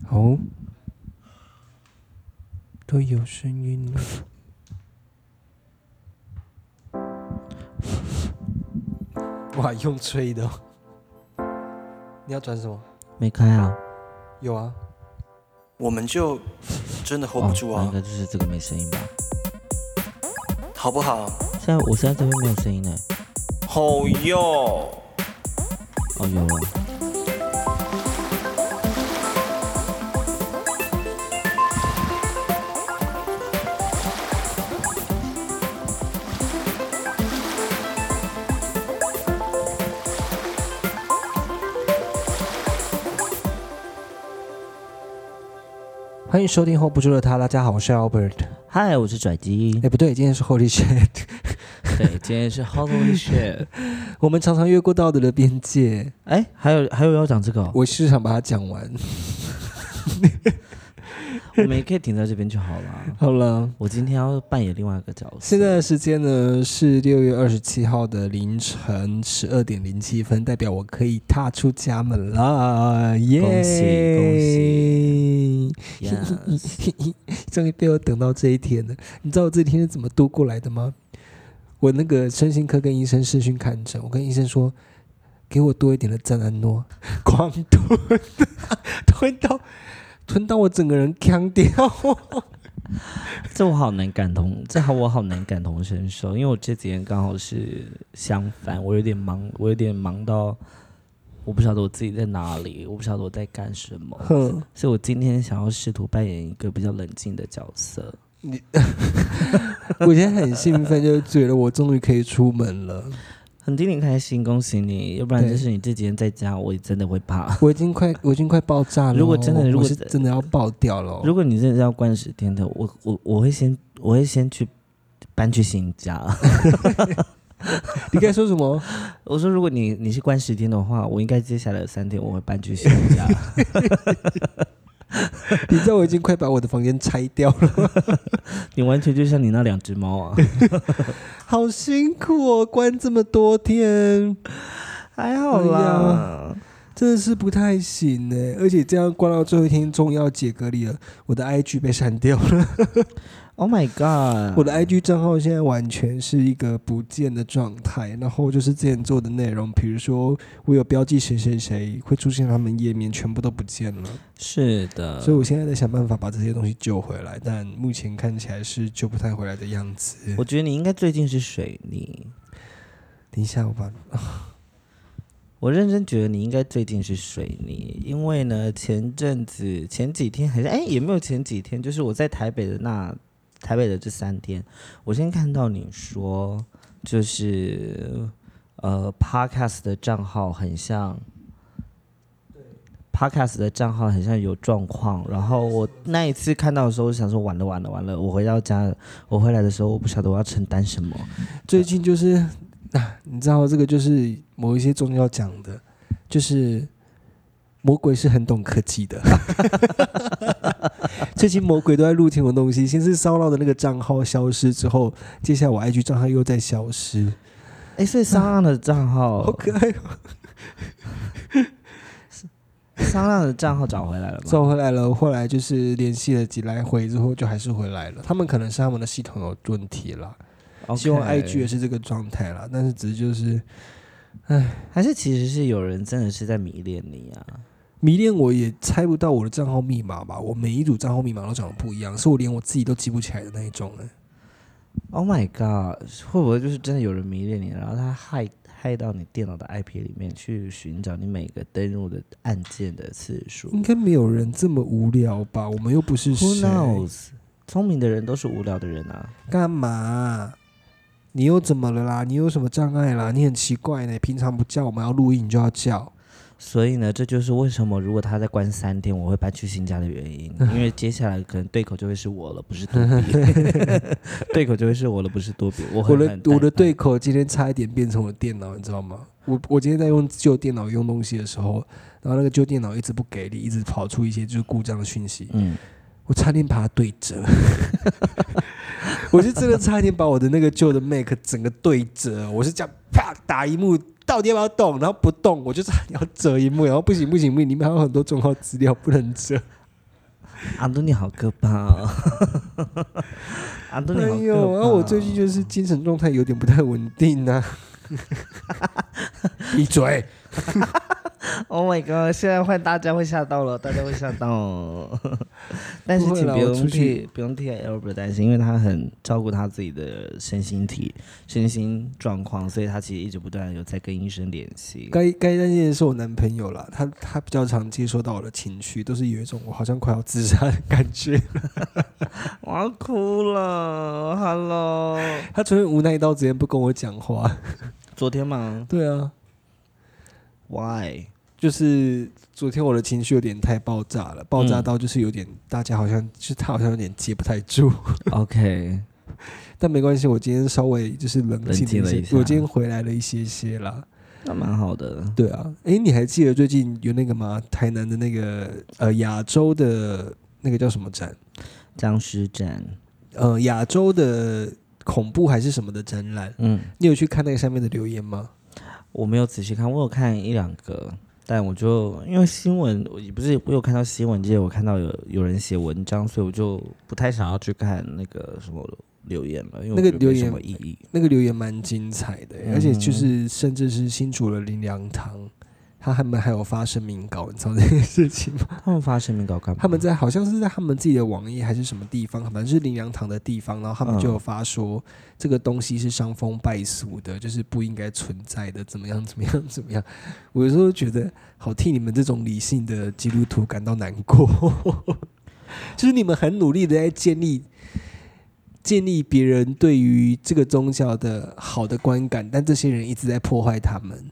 哦，都有声音了。哇，用吹的、你要转什么？ 没开啊？ 有啊。 我们就真的 hold 不住那应啊， 该就是这个没声音吧？ 好不好？ 我现在这边没有声音呢。 好哟。 哦，有了。 欢迎收听 Hold 不住的他，大家好，我是 Albert。 嗨，我是拽鸡。 不对，今天是 Holy shit。 对，今天是 Holy shit。 我们常常越过道德的边界。 还有要讲这个、 我是想把它讲完。 我们也可以停在这边就好了。 好了， 我今天要扮演另外一个角色。 现在的时间呢是6月27号的凌晨12点07分，代表我可以踏出家门了，耶！ 恭喜 ！Yes 终于被我等到这一天了。你知道我这一天是怎么度过来的吗？我那个身心科跟医生视讯看诊，我跟医生说，给我多一点的赞安诺，狂吞到我整个人呛掉。 这我好难感同，我好难感同身受，因为我这几天刚好是相反，我有点忙到我不晓得我自己在哪里，我不晓得我在干什么，所以我今天想要试图扮演一个比较冷静的角色。 我现在很兴奋，就觉得我终于可以出门了。 很替你开心，恭喜你！要不然就是你这几天在家，我也真的会怕。 我已经快爆炸了。 如果是真的要爆掉了。 如果你真的要关10天的，我会先去搬去新家。 你该说什么？ 我说如果你是关10天的话，我应该接下来的3天我会搬去新家。 你知道我已经快把我的房间拆掉了。 你完全就像你那2只猫啊。 好辛苦哦，关这么多天。 还好啦， 真的是不太行耶，而且这样关到最后一天终于要解隔离了，我的 IG 被删掉了。 Oh my god！ 我的 IG 账号现在完全是一个不见的状态，然后就是之前做的内容，比如说我有标记谁谁谁会出现他们页面，全部都不见了。 是的， 所以我现在在想办法把这些东西救回来，但目前看起来是救不太回来的样子。 我觉得你应该最近是水逆。 等一下， 我认真觉得你应该最近是水逆，因为呢，前几天还是也没有前几天，就是我在台北的这3天，我先看到你说，就是Podcast 的账号很像，Podcast 的账号很像有状况。然后我那一次看到的时候，我想说完了，我回到家，我回来的时候，我不晓得我要承担什么。 最近就是你知道这个就是某一些宗教讲的，就是魔鬼是很懂科技的。最近魔鬼都在录听我东西，先是骚扰的那个账号消失之后，接下来我 IG 账号又在消失。 所以商浪的账号好可爱哦。 商浪的账号找回来了吗？ 找回来了，后来就是联系了几来回之后，就还是回来了。他们可能是他们的系统有问题啦。希望 IG 也是这个状态啦，但是只是就是， 还是其实是有人真的是在迷恋你啊？ 迷恋我也猜不到我的账号密码吧？我每一组账号密码都长得不一样，是我连我自己都记不起来的那一种呢。 Oh my god！ 会不会就是真的有人迷恋你，然后他害到你电脑的 IP 里面去寻找你每个登入的按键的次数？ 应该没有人这么无聊吧？我们又不是谁。 Who knows？ 聪明的人都是无聊的人啊！ 干嘛？你又怎么了啦？你有什么障碍啦？你很奇怪呢，平常不叫我们要录音，你就要叫。 所以呢，这就是为什么如果他再关3天，我会搬去新家的原因。因为接下来可能对口就会是我了，不是多比。对口就会是我了，不是多比。 我的对口今天差一点变成我的电脑，你知道吗？我今天在用旧电脑用东西的时候，然后那个旧电脑一直不给力，一直跑出一些就是故障的讯息。我差点把它对折。我是真的差点把我的那个旧的 Mac 整个对折。我是这样啪打萤幕，到底要不要动？然后不动，我就差点要折萤幕，然后不行，里面还有很多重要资料不能折。 安东尼好可怕哦，安东尼好可怕、哦。 哎呦，我最近就是精神状态有点不太稳定啊。闭嘴！ Oh my god！ 现在换大家会吓到了，大家会吓到、哦。但是请不用替 Albert 担心，因为他很照顾他自己的身心状况，所以他其实一直不断有在跟医生联系。 该担心的是我男朋友啦，他比较常接收到我的情绪，都是有一种我好像快要自杀的感觉。 我要哭了 ，Hello。 他昨天无奈到直接不跟我讲话。 昨天吗？ 对啊。 Why？ 就是昨天我的情绪有点太爆炸了，爆炸到就是有点、大家好像就是他好像有点接不太住。 OK， 但没关系，我今天稍微就是冷静了一些，我今天回来了一些啦， 那蛮好的。 对啊，你还记得最近有那个吗？台南的那个亚洲的那个叫什么展？ 僵尸展。 亚洲的恐怖还是什么的展览？你有去看那个下面的留言吗？ 我没有仔细看，我有看一两个。但我就因为新闻，我有看到新闻界，我看到有人写文章，所以我就不太想要去看那个什么留言了，因为我觉得没什么意义。 那个留言蛮精彩的，而且就是甚至是新竹的林良堂，他们还有发声明稿，你知道这件事情吗？ 他们发声明稿干嘛？ 他们好像是在他们自己的网页还是什么地方，反正是林良堂的地方，然后他们就有发说这个东西是伤风败俗的，就是不应该存在的，怎么样。我有时候觉得好替你们这种理性的基督徒感到难过，就是你们很努力的在建立别人对于这个宗教的好的观感，但这些人一直在破坏他们。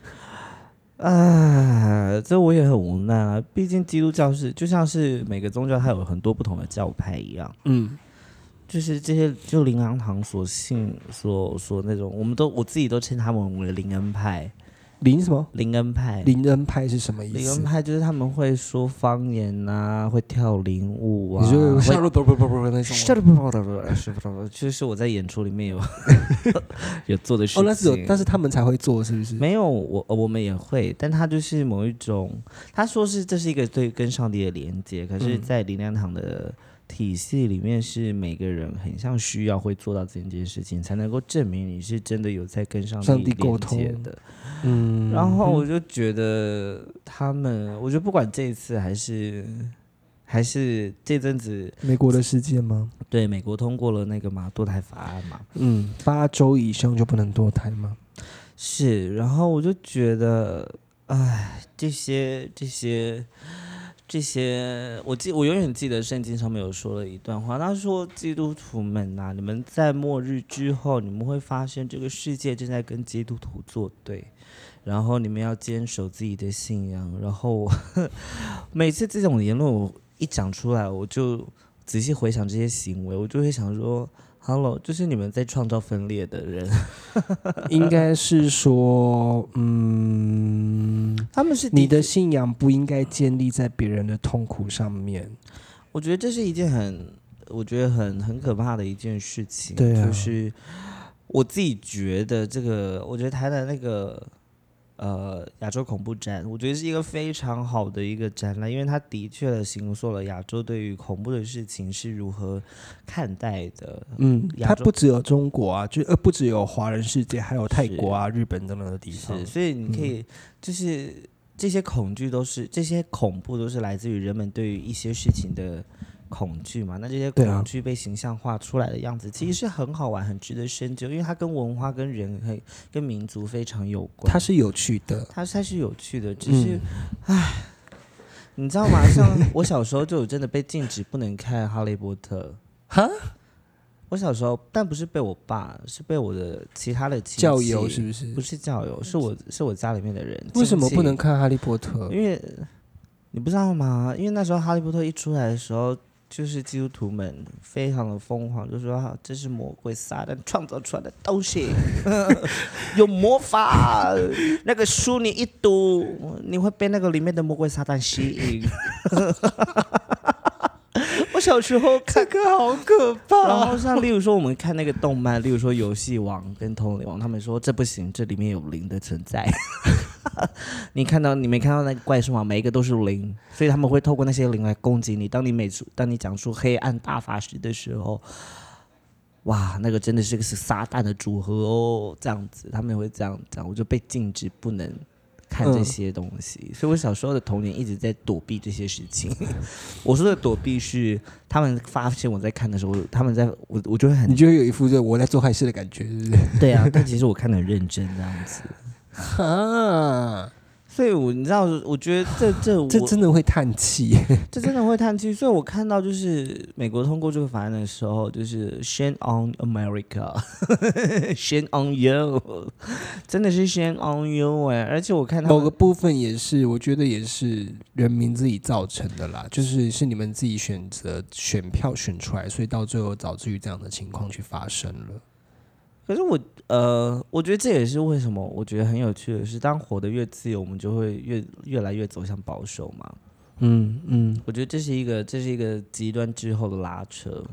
这我也很无奈啊。毕竟基督教就像是每个宗教它有很多不同的教派一样，就是这些就灵粮堂所信所那种，我自己都称他们为灵恩派。 灵什么？ 灵恩派。 灵恩派是什么意思？ 灵恩派就是他们会说方言啊，会跳灵舞啊。 你说下路不那种？就是我在演出里面有做的事情。 但是他们才会做，是不是？ 没有，我们也会，但他就是某一种，他说是这是一个对跟上帝的连接，可是，在灵粮堂的体系里面，是每个人很像需要会做到这件事情，才能够证明你是真的有在跟上帝沟通的。然后我就觉得我觉得不管这一次还是这阵子美国的事件吗？ 对，美国通过了那个堕胎法案嘛 ，8周以上就不能堕胎吗？ 是，然后我就觉得，这些，我永远记得圣经上面有说了一段话，他说：“基督徒们啊，你们在末日之后，你们会发现这个世界正在跟基督徒作对，然后你们要坚守自己的信仰。”然后每次这种言论我一讲出来，我就仔细回想这些行为，我就会想说 ：“Hello， 就是你们在创造分裂的人。” 应该是说， 他们是你的信仰不应该建立在别人的痛苦上面。 我觉得这是一件很可怕的一件事情。 对啊， 就是我自己觉得我觉得台南那个亚洲恐怖展，我觉得是一个非常好的一个展览，因为它的确形塑了亚洲对于恐怖的事情是如何看待的。 它不只有中国啊，不只有华人世界，还有泰国啊、日本等等的地方。 所以你可以就是这些恐怖都是来自于人们对于一些事情的恐惧嘛，那这些恐惧被形象化出来的样子，其实是很好玩，很值得深究，因为它跟文化、跟人、跟民族非常有关。 它是有趣的， 它是有趣的，只是，你知道吗？像我小时候就有真的被禁止不能看《哈利波特》。 哈？ 我小时候，但不是被我爸，是被我的其他的亲戚教友，是不是？ 不是教友，是我家里面的人。 为什么不能看《哈利波特》？ 因为你不知道吗？因为那时候《哈利波特》一出来的时候，就是基督徒们非常的疯狂，就说这是魔鬼撒旦创造出来的东西，有魔法，那个书你一读，你会被那个里面的魔鬼撒旦吸引。我小时候看， 这个好可怕。 然后像例如说我们看那个动漫，例如说游戏王跟通灵王，他们说这不行，这里面有灵的存在。 你没看到那个怪兽吗？每一个都是零，所以他们会透过那些零来攻击你。当你讲出黑暗大法师的时候，哇，那个真的是个撒旦的组合哦，这样子他们会这样讲，我就被禁止不能看这些东西，所以我小时候的童年一直在躲避这些事情。我说的躲避是，他们发现我在看的时候，他们在我就会很， 你就会有一副就我在做坏事的感觉，是不是？ 对啊，但其实我看得很认真这样子。 哈， 所以你知道，我觉得这真的会叹气， 这真的会叹气。所以我看到就是美国通过这个法案的时候，就是 Shame on America，Shame on you， 真的是 Shame on you 哎！而且我看某个部分也是，我觉得也是人民自己造成的啦，就是你们自己选择选票选出来，所以到最后导致于这样的情况去发生了。 可是我觉得这也是为什么我觉得很有趣的是，当活得越自由，我们就会越来越走向保守嘛。我觉得这是一个极端之后的拉扯。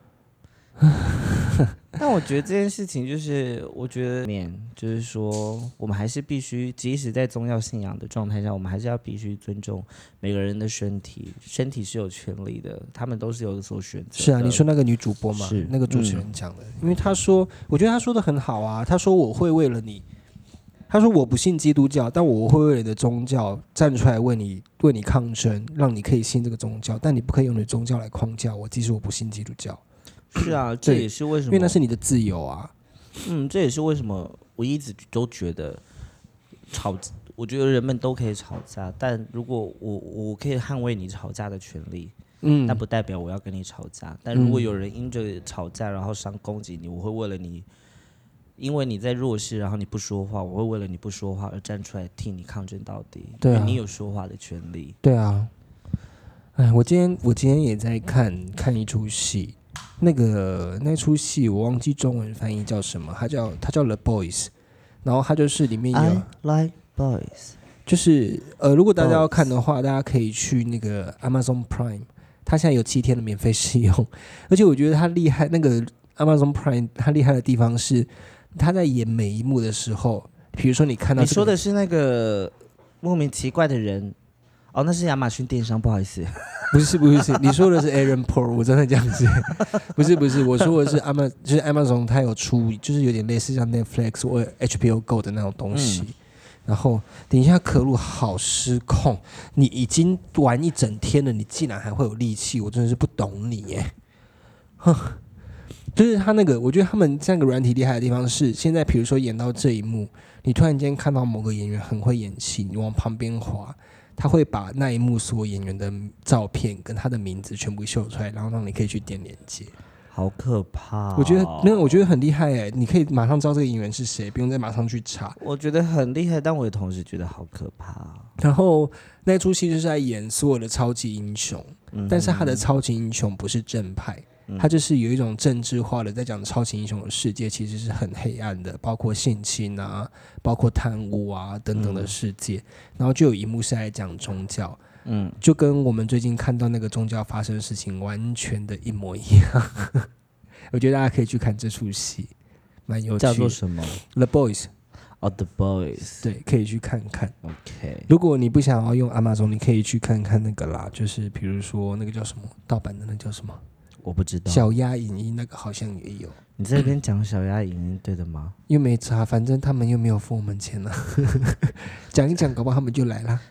但我觉得这件事情就是，我觉得就是说，我们还是必须，即使在宗教信仰的状态下，我们还是要必须尊重每个人的身体是有权利的，他们都是有所选择的。 是啊，你说那个女主播嘛，那个主持人讲的，因为他说，我觉得他说的很好啊，他说我会为了你。他说：“我不信基督教，但我会为了你的宗教站出来为你抗争，让你可以信这个宗教。但你不可以用你的宗教来框架我，即使我不信基督教。” 是啊，这也是为什么， 因为那是你的自由啊。 这也是为什么我一直都觉得我觉得人们都可以吵架，但如果我可以捍卫你吵架的权利，但不代表我要跟你吵架。但如果有人因着吵架然后攻击你，我会为了你。因为你在弱势，然后你不说话，我会为了你不说话而站出来替你抗争到底。 对啊， 因为你有说话的权利。 对啊，哎，我今天也在看一出戏，那出戏我忘记中文翻译叫什么，它叫 The Boys， 然后它就是里面有 I like boys， 就是如果大家要看的话，大家可以去那个 Amazon Prime， 它现在有7天的免费试用，而且我觉得它厉害，那个 Amazon Prime 它厉害的地方是。他在演每一幕的时候，比如说你看到、 你说的是那个莫名奇怪的人，哦，那是亚马逊电商，不好意思， 不是，你说的是 Aaron Paul， 我真的这样子，不是，我说的是就是 Amazon 它有出，就是有点类似像 Netflix 或 HBO Go 的那种东西。然后等一下，可鲁好失控，你已经玩一整天了，你竟然还会有力气，我真的是不懂你耶，哼。就是他那个，我觉得他们这个软体厉害的地方是，现在比如说演到这一幕，你突然间看到某个演员很会演戏，你往旁边滑，他会把那一幕所有演员的照片跟他的名字全部秀出来，然后让你可以去点连接。 好可怕哦！ 我觉得没有，我觉得很厉害哎，你可以马上知道这个演员是谁，不用再马上去查。 我觉得很厉害，但我也同时觉得好可怕。 然后那出戏就是在演所有的超级英雄，但是他的超级英雄不是正派。他就是有一种政治化的在讲超级英雄的世界其实是很黑暗的，包括性侵啊，包括贪污啊等等的世界。然后就有一幕是在讲宗教，就跟我们最近看到那个宗教发生的事情完全的一模一样。我觉得大家可以去看这出戏，蛮有趣的。 叫做什么 ？The Boys。 The Boys。 对，可以去看看。 OK。 如果你不想要用 Amazon， 你可以去看看那个啦，就是比如说那个叫什么盗版的，那叫什么？ 我不知道。 小鸭影音那个好像也有。 你在这边讲小鸭影音对的吗？ 又没差，反正他们又没有付我们钱了。讲一讲，搞不好他们就来了。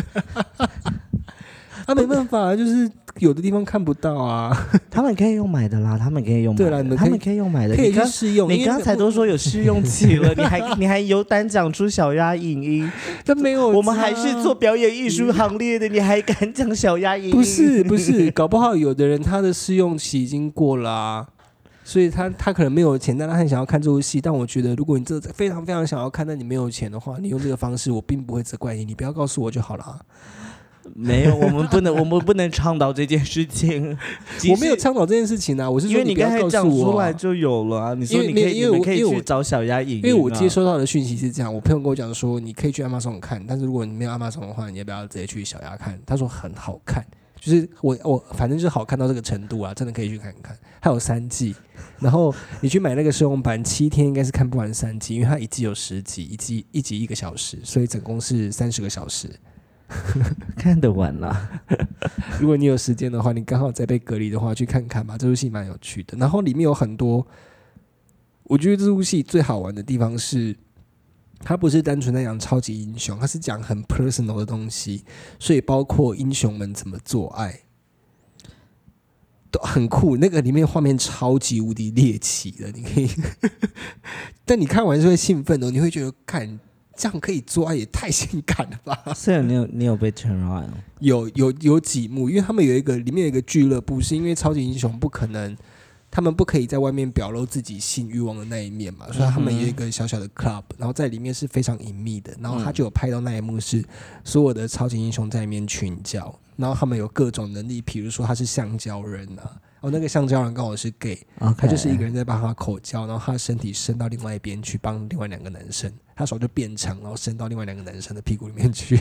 没办法，就是有的地方看不到啊。 他们可以用买的啦，他们可以用买的。对啦，他们可以用买的， 可以去试用。 你刚才都说有试用期了，你还有胆讲出小鸭影音？ 他没有， 我们还是做表演艺术行列的，你还敢讲小鸭影音？ 不是，搞不好有的人他的试用期已经过了啊。所以他可能没有钱，但他很想要看这部戏。但我觉得，如果你真的非常非常想要看，但你没有钱的话，你用这个方式，我并不会责怪你。你不要告诉我就好了啊。 没有，我们不能倡导这件事情。 我没有倡导这件事情啊，我是说你不要告诉我、啊。因为你刚才讲出来就有了啊。你说你们可以去找小鸭影音、啊。 因为我接收到的讯息是这样，我朋友跟我讲说，你可以去 Amazon 看，但是如果你没有 Amazon 的话，你要不要直接去小鸭看？他说很好看。 就是我反正就是好看到这个程度啊，真的可以去看看。它有3季，然后你去买那个试用版，7天应该是看不完3季，因为它一季有10集，一集1个小时，所以总共是30个小时。 看得完啦。 如果你有时间的话，你刚好在被隔离的话，去看看吧，这部戏蛮有趣的。然后里面有很多，我觉得这部戏最好玩的地方是，它不是单纯在讲超级英雄，它是讲很 personal 的东西，所以包括英雄们怎么做爱，都很酷。那个里面画面超级无敌猎奇的，你可以，但你看完是会兴奋的，你会觉得看。这样可以做爱也太性感了吧！ 虽然你有被 turn on， 有几幕，因为他们里面有一个俱乐部，是因为超级英雄他们不可以在外面表露自己性欲望的那一面嘛，所以他们有一个小小的 club， 然后在里面是非常隐秘的，然后他就有拍到那一幕是所有的超级英雄在里面群交，然后他们有各种能力，比如说他是橡胶人啊。那个橡胶人刚好是 gay， 他就是一个人在帮他口交，然后他的身体伸到另外一边去帮另外2个男生，他手就变长，然后伸到另外2个男生的屁股里面去。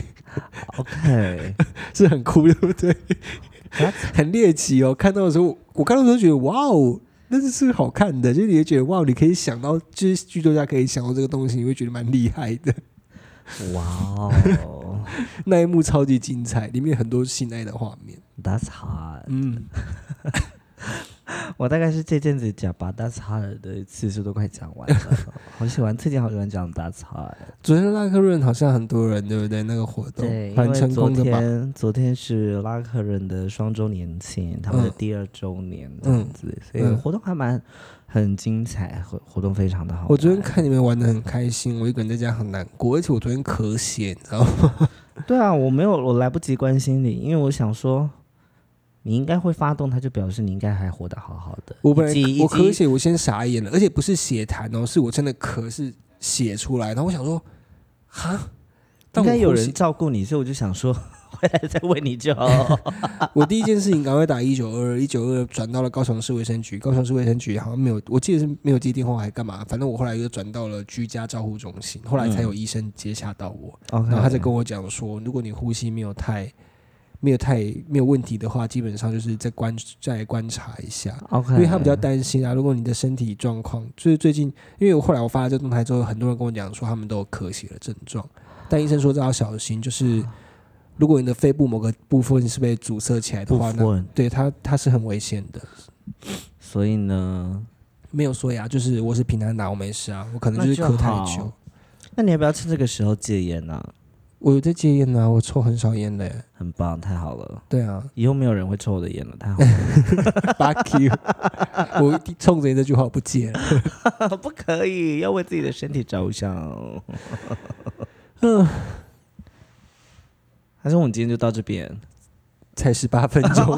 OK， 是很酷，对不对？很猎奇哦。看到的时候，我看到的时候觉得哇哦，那是好看的，就是你会觉得哇，你可以想到，就是剧作家可以想到这个东西，你会觉得蛮厉害的。 哇哦， 那一幕超级精彩，里面很多性爱的画面。 That's hot。我大概是这阵子把 That's hot 的次数都快讲完了，好喜欢，最近好喜欢讲 That's hot。 昨天拉克润好像很多人，对不对？那个活动蛮成功的吧？ 昨天是拉克润的双周年庆，他们的第2周年这样子，所以活动还很精彩，活动非常的好玩。 我昨天看你们玩得很开心，我一个人在家很难过，而且我昨天咳血，你知道吗？ 对啊，我来不及关心你，因为我想说。你应该会发动，它就表示你应该还活得好好的。 我咳血，我先傻眼了，而且不是血痰哦，是我真的咳是血出来，然后我想说，哈， 应该有人照顾你，所以我就想说，回来再问你就好。 我第一件事情赶快打192转到了高雄市卫生局，高雄市卫生局好像没有，我记得是没有接电话还干嘛，反正我后来又转到了居家照护中心，后来才有医生接洽到我，然后他在跟我讲说，如果你呼吸没有问题的话，基本上就是再观察一下， okay， 因为他比较担心啊。如果你的身体状况，就是最近，因为后来我发了这个动态之后，很多人跟我讲说他们都有咳血的症状，但医生说这要小心，就是如果你的肺部某个部分是被阻塞起来的话，那对它是很危险的。 所以呢， 没有说呀，就是我是平安打，我没事啊，我可能就是咳太久。 那你要不要趁这个时候戒烟呢？ 我有在戒烟啊，我抽很少烟的。 很棒，太好了。 对啊， 以后没有人会抽我的烟了，太好了。 Fuck you！ 我冲着你这句话我不戒了。 不可以，要为自己的身体着想。还是我们今天就到这边， 才18分钟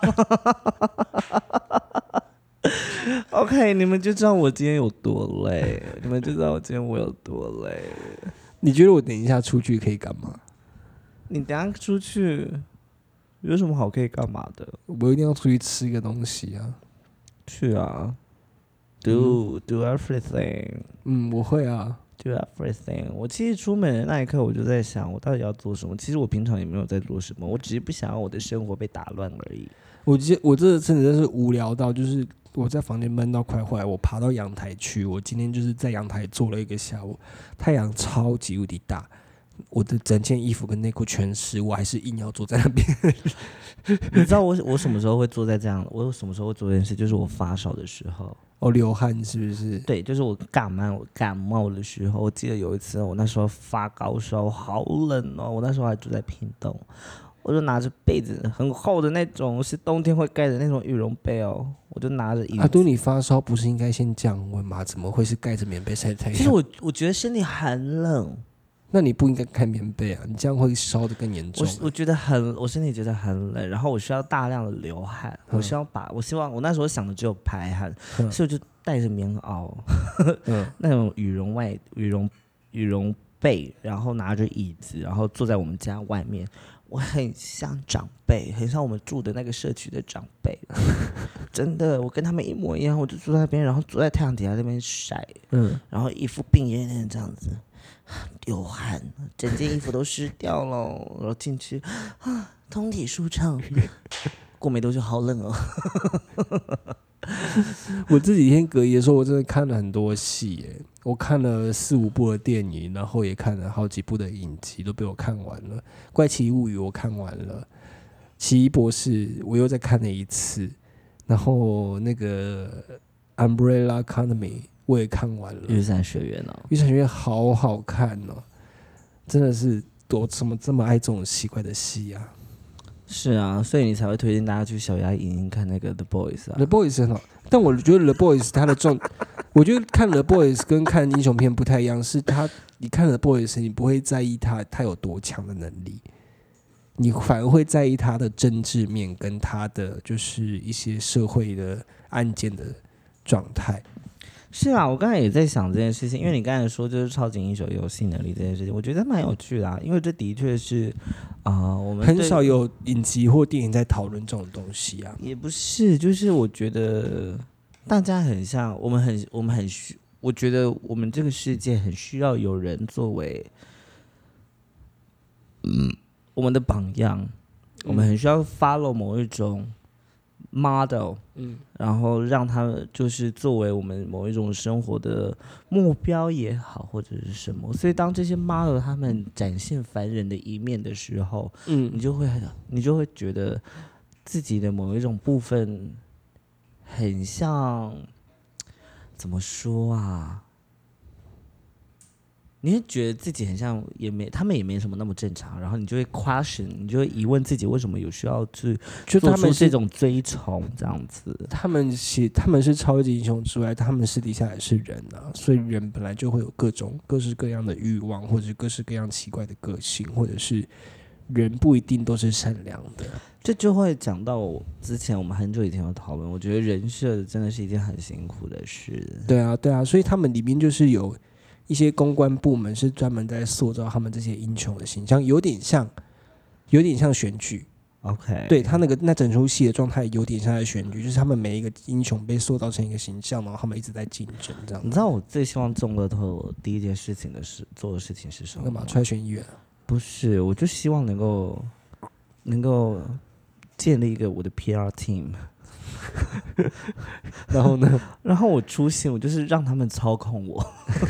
，18。OK， 你们就知道我今天有多累，你们就知道我今天我有多累。 你觉得我等一下出去可以干嘛？ 你等一下出去有什么好可以干嘛的？ 我一定要出去吃一个东西啊！ 去啊 ，do everything。 我会啊 ，do everything。我其实出门的那一刻，我就在想，我到底要做什么？其实我平常也没有在做什么，我只是不想要我的生活被打乱而已。我这真的是无聊到，就是我在房间闷到快坏，我爬到阳台去。我今天就是在阳台坐了1个下午，太阳超级无敌大，我的整件衣服跟内裤全湿，我还是硬要坐在那边。 你知道我什么时候会坐在这样？我什么时候会做这件事？就是我发烧的时候。 流汗是不是？ 对，就是我感冒的时候。我记得有一次，我那时候发高烧，好冷哦。我那时候还住在屏东，我就拿着被子，很厚的那种，是冬天会盖的那种羽绒被哦。我就拿着椅子。 阿都，你发烧不是应该先降温吗？怎么会是盖着棉被晒太阳？ 其实我觉得身体很冷。 那你不应该盖棉被啊，你这样会烧得更严重。 我身体觉得很冷，然后我需要大量的流汗，我希望我那时候想的只有排汗，所以我就带着棉袄，那种羽绒被，然后拿着椅子，然后坐在我们家外面。我很像长辈，很像我们住的那个社区的长辈，真的，我跟他们一模一样。我就坐在那边，然后坐在太阳底下那边晒，然后一副病恹恹这样子，流汗，整件衣服都湿掉了，然后进去通体舒畅。过没多久，好冷哦。 我这几天隔夜的时候，我真的看了很多戏耶，我看了4-5部的电影，然后也看了好几部的影集，都被我看完了。怪奇物语我看完了，奇异博士我又再看了一次，然后那个 Umbrella Academy 我也看完了。 雨伞学院哦， 雨伞学院好好看哦，真的是我怎么这么爱这种奇怪的戏啊？ 是啊，所以你才会推荐大家去小鸭影音看那个 The Boys 啊。 The Boys 很好，但我觉得 The Boys 它的我觉得看 The Boys 跟看英雄片不太一样，是你看 The Boys 你不会在意他有多强的能力，你反而会在意他的政治面跟他的就是一些社会的案件的状态。 是啊，我刚才也在想这件事情，因为你刚才说就是超级英雄有性能力这件事情，我觉得蛮有趣的啊，因为这的确是我们很少有影集或电影在讨论这种东西啊。 也不是，就是我觉得大家很像，我们很我觉得我们这个世界很需要有人作为我们的榜样，我们很需要 follow 某一种 model，然后让他就是作为我们某一种生活的目标也好，或者是什么。所以当这些 model 他们展现凡人的一面的时候，你就会觉得自己的某一种部分很像，怎么说啊？你会觉得自己很像，他们也没什么那么正常，然后你就会 question， 你就会疑问自己为什么有需要去做出这种追崇这样子。 他们是超级英雄之外，他们私底下也是人啊，所以人本来就会有各式各样的欲望，或者各式各样奇怪的个性，或者是人不一定都是善良的。 这就会讲到之前我们很久以前有讨论，我觉得人设真的是一件很辛苦的事。 对啊，所以他们里面就是有一些公关部门是专门在塑造他们这些英雄的形象，有点像选举。 OK， 对，他那整出戏的状态有点像在选举，就是他们每一个英雄被塑造成一个形象，然后他们一直在竞争这样。 你知道我最希望中乐透第一件事情做的事情是什么吗？ 干嘛出来选议员？ 不是，我就希望能够建立一个我的 PR team。 然后呢？ 然后我出现，我就是让他们操控我。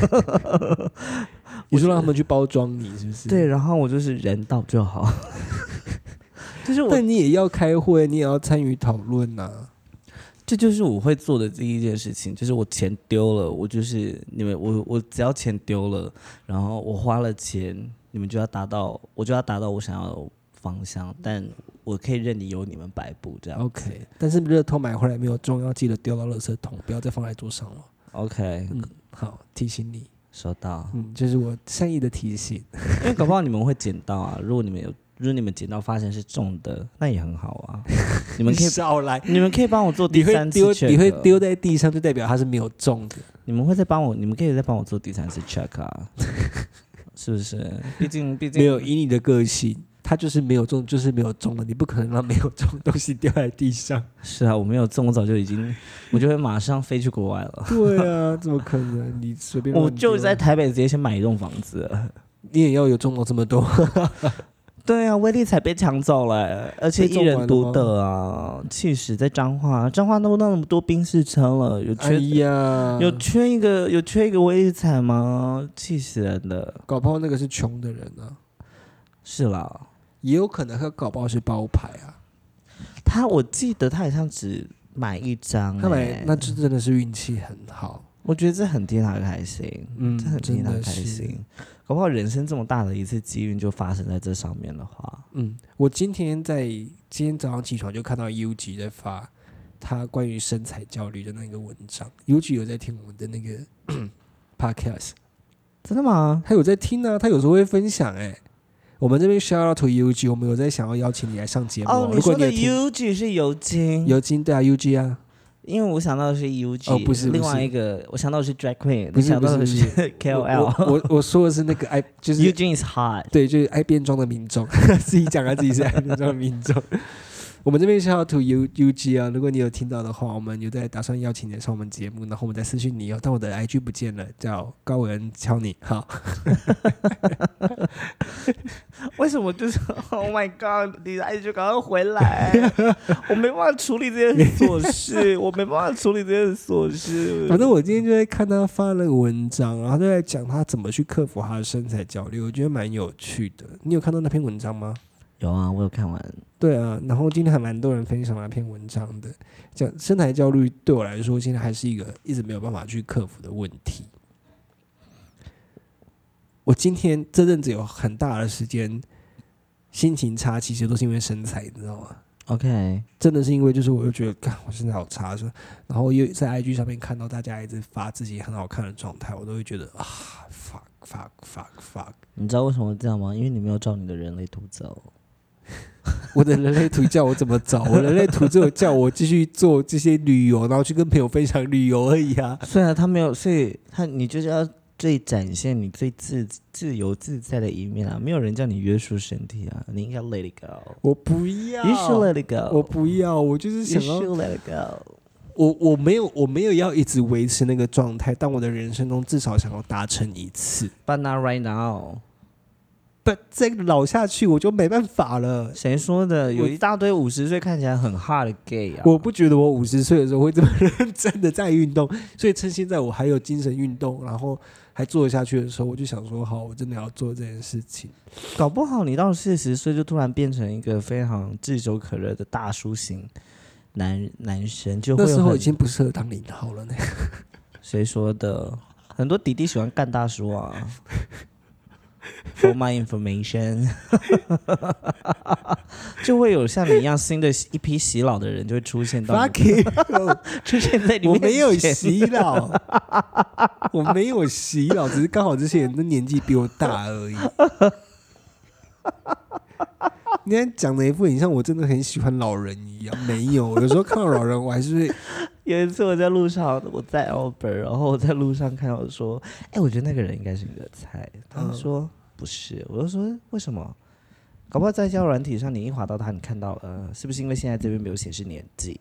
你说让他们去包装你，是不是？ 对，然后我就是人到就好。就是但你也要开会，你也要参与讨论呐。 这就是我会做的第一件事情，就是我钱丢了，我就是你们，我只要钱丢了，然后我花了钱，你们就要达到我想要的方向，但我可以任由你们摆布这样。 OK， 但是热透买回来没有中，要记得丢到垃圾桶，不要再放在桌上了。 OK， 好，提醒你， 收到。 这是我善意的提醒。 因为搞不好你们会捡到啊，如果你们捡到发现是中的，那也很好啊。你们可以少来， 你们可以帮我做第三次 check， 你会丢在地上，就代表它是没有中的。 你们可以再帮我做第三次 check 啊，是不是？毕竟没有以你的个性，它就是没有中，就是没有中了。你不可能让没有中的东西掉在地上。 是啊，我没有中，我早就已经，我就会马上飞去国外了。 对啊，怎么可能？你随便我就在台北直接先买一栋房子了。 你也要有中到这么多。 对啊，威力彩被抢走了，而且一人独得啊！气死，在彰化都那么多宾士车了，有缺一个威力彩吗？气死人了！ 搞不好那个是穷的人啊。 是啦， 也有可能他搞不好是包牌啊。 我记得他好像只买一张， 那这真的是运气很好。 我觉得这很替他开心，这很替他开心。搞不好人生这么大的一次机遇就发生在这上面的话， 我今天早上起床就看到 UG 在发他关于身材焦虑的那个文章。UG 有在听我们的那个podcast， 真的吗？ 他有在听啊，他有时候会分享我们这边 shout out to UG， 我们有在想要邀请你来上节目哦。你说的 UG 是尤金， 对啊 UG 啊。 因为我想到的是 UG， 不是另外一个我想到的是 drag queen， 不是想到的是 KOL。 我说的是那个就是 Eugene is hot， 对，就是爱变装的民众，自己讲自己是爱变装的民众。我们这边是要 to UG 啊，如果你有听到的话，我们有在打算邀请你上我们节目，然后我们再私讯你哦。但我的 IG 不见了，叫高文敲你，好。 为什么就是 Oh my God， 你的 IG 赶快回来，我没办法处理这件琐事，我没办法处理这件琐事。 反正我今天就在看他发那个文章，然后就在讲他怎么去克服他的身材焦虑，我觉得蛮有趣的。你有看到那篇文章吗？ 有啊，我有看完。 对啊，然后今天还蛮多人分享那篇文章的，讲身材焦虑对我来说，现在还是一个一直没有办法去克服的问题。我今天这阵子有很大的时间心情差，其实都是因为身材，你知道吗 ？OK， 真的是因为就是我就觉得，我身材好差，然后又在 IG 上面看到大家一直发自己很好看的状态，我都会觉得啊 fuck。 你知道为什么这样吗？因为你没有照你的人类图走。 我的人类图叫我怎么找？我人类图只有叫我继续做这些旅游，然后去跟朋友分享旅游而已啊。 虽然他没有，所以你就是要最展现你最自由自在的一面啊！没有人叫你约束身体啊，你应该 let it go。 我不要 ，You should let it go。 我不要，我就是想要 ，You should let it go。 我没有要一直维持那个状态，但我的人生中至少想要达成一次。 But not right now。 不，再老下去我就没办法了。 谁说的？有一大堆50岁看起来很 hard 的 gay 啊！ 我不觉得我50岁的时候会这么认真的在运动，所以趁现在我还有精神运动，然后还做得下去的时候，我就想说，好，我真的要做这件事情。 搞不好你到40岁就突然变成一个非常炙手可热的大叔型男生，就会那时候已经不适合当0号了呢。 谁说的？很多弟弟喜欢干大叔啊。For my information， 就会有像你一样新的一批洗脑的人就会出现到出现在你面前。 我没有洗脑，我没有洗脑，只是刚好这些人的年纪比我大而已。你看讲的一副很像我真的很喜欢老人一样，没有。有时候看到老人，我还是会。 有一次我在路上，我在 Albert， 然后我在路上看到说，我觉得那个人应该是你的菜。他们说不是，我就说为什么？搞不好在交友软体上，你一滑到他，你看到是不是因为现在这边没有显示年纪？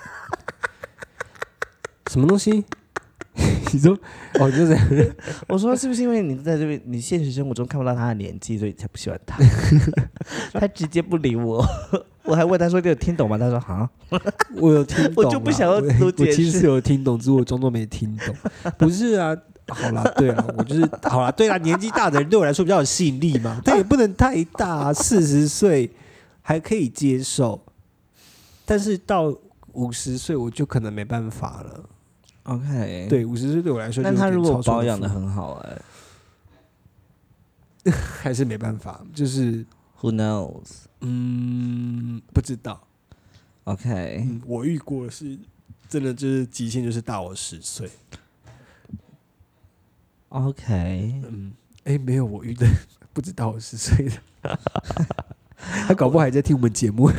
什么东西？你说哦，就这样。 我说是不是因为你在这边，你现实生活中看不到他的年纪，所以你才不喜欢他？他直接不理我。我还问他说：“你有听懂吗？”他说：“好。” 我有听懂， 我就不想要多解释。 我其实有听懂，只是我装作没听懂。不是啊，好啦，对啊，我就是好啦，对啦，年纪大的人对我来说比较有吸引力嘛，但也不能太大，40岁还可以接受，但是到50岁我就可能没办法了。 OK， 对，50岁对我来说就有点超出我的负荷， 但他如果保养的很好， 还是没办法，就是 Who knows？ 不知道。 OK， 我遇过是真的，就是极限就是大我10岁。 OK， 没有，我遇的不止大我10岁的，他搞不好还在听我们节目。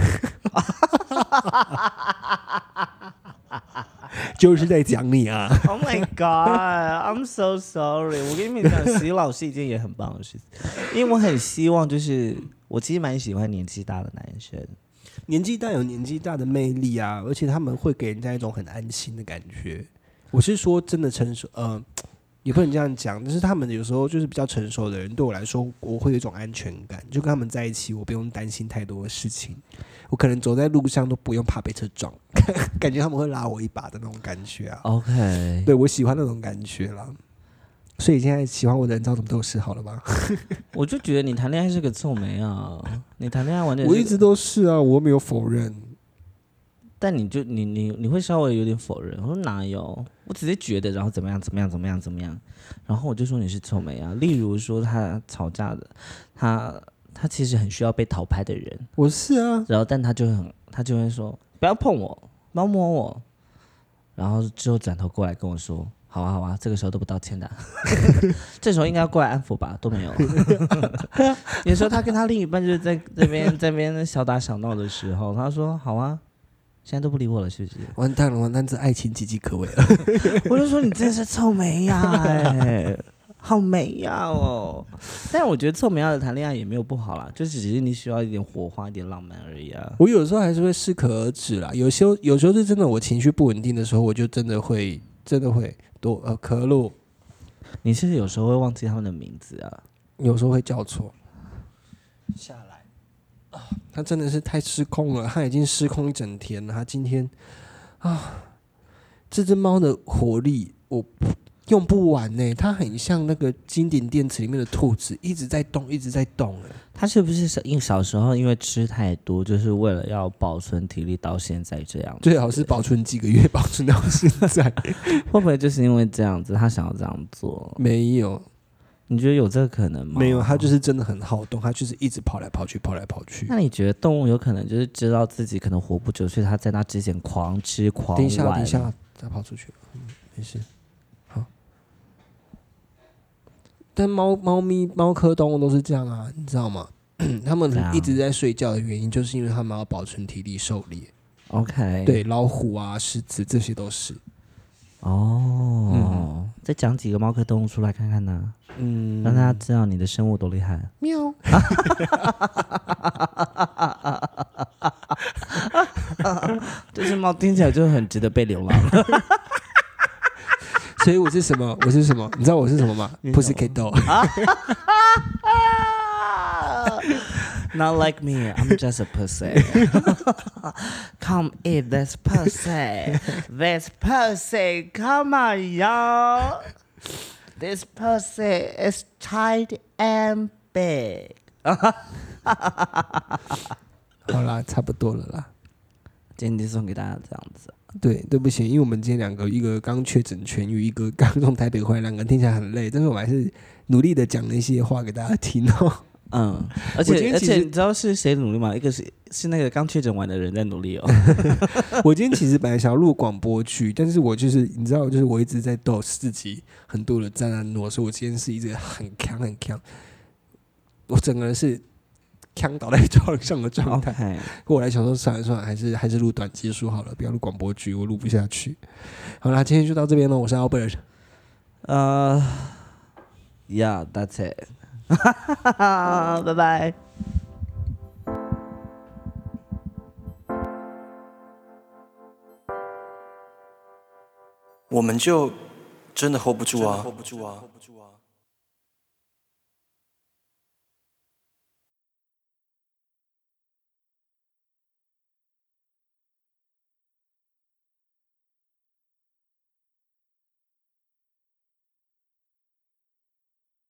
就是在讲你啊 ！Oh my God，I'm so sorry。我跟你们讲，洗脑是一件也很棒的事情，因为我很希望，就是我其实蛮喜欢年纪大的男生。 年纪大有年纪大的魅力啊，而且他们会给人家一种很安心的感觉。我是说真的成熟，也不能这样讲，但是他们有时候就是比较成熟的人，对我来说，我会有一种安全感，就跟他们在一起，我不用担心太多的事情，我可能走在路上都不用怕被车撞，感觉他们会拉我一把的那种感觉啊。 OK， 对，我喜欢那种感觉啦。所以现在喜欢我的人知道怎么对我示好了吗？ 我就觉得你谈恋爱是个臭美啊，你谈恋爱完全我一直都是啊，我没有否认。 但你会稍微有点否认，我说哪有，我只是觉得，然后怎么样，然后我就说你是臭美啊。例如说他吵架的，他其实很需要被讨拍的人， 我是啊， 然后但他就会说不要碰我，不要摸我，然后之后转头过来跟我说好啊，这个时候都不道歉的、这时候应该要过来安抚吧，都没有。有时候他跟他另一半就是在这边小打小闹的时候，他说好啊。现在都不理我了，是不是？ 完蛋了，这爱情岌岌可危了。 我就说你真的是臭美呀，好美呀哦！但我觉得臭美呀的谈恋爱也没有不好啦，就只是你需要一点火花、一点浪漫而已啊。 我有时候还是会适可而止啦，有时候是真的，我情绪不稳定的时候，我就真的会多可乐。 你是不是有时候会忘记他们的名字啊？ 有时候会叫错。 下来他真的是太失控了，他已经失控一整天了。他今天这只猫的活力我用不完呢，它很像那个经典电池里面的兔子，一直在动，一直在动。 它是不是小时候因为吃太多，就是为了要保存体力到现在这样？ 最好是保存几个月，保存到现在。 会不会就是因为这样子，他想要这样做？ 没有， 你觉得有这个可能吗？ 没有，它就是真的很好动，它就是一直跑来跑去，跑来跑去。 那你觉得动物有可能就是知道自己可能活不久，所以它在那之前狂吃狂玩？ 等一下，再跑出去了，没事。好，但猫科动物都是这样啊，你知道吗？他们一直在睡觉的原因，就是因为他们要保存体力狩猎。 OK， 对，老虎啊、狮子这些都是。 再讲几个猫科动物出来看看呢？让大家知道你的生物多厉害。 喵。 这只猫听起来就很值得被流浪。 所以我是什么？我是什么？你知道我是什么吗？Pussycat Doll。 Not like me, I'm just a pussy. Come eat this pussy. This pussy, come on, y'all. This pussy is tight and big. 好啦，差不多了啦。 今天就送给大家这样子。 对，对不起，因为我们今天两个，一个刚确诊痊愈，一个刚从台北回来，两个听起来很累，但是我还是努力的讲了一些话给大家听哦。 而且你知道是谁努力吗？一个是那个刚确诊完的人在努力哦。 我今天其实本来想要录广播剧，但是我就是你知道，就是我一直在斗自己很多的赞安诺，所以我今天是一直很强，我整个人是强倒在床上的状态。 Okay. 我来想说，算了，还是录短结束好了，不要录广播剧，我录不下去。好啦，今天就到这边了，我是 Albert。 Yeah, that's it. 拜拜。 我们就真的 hold 不住啊！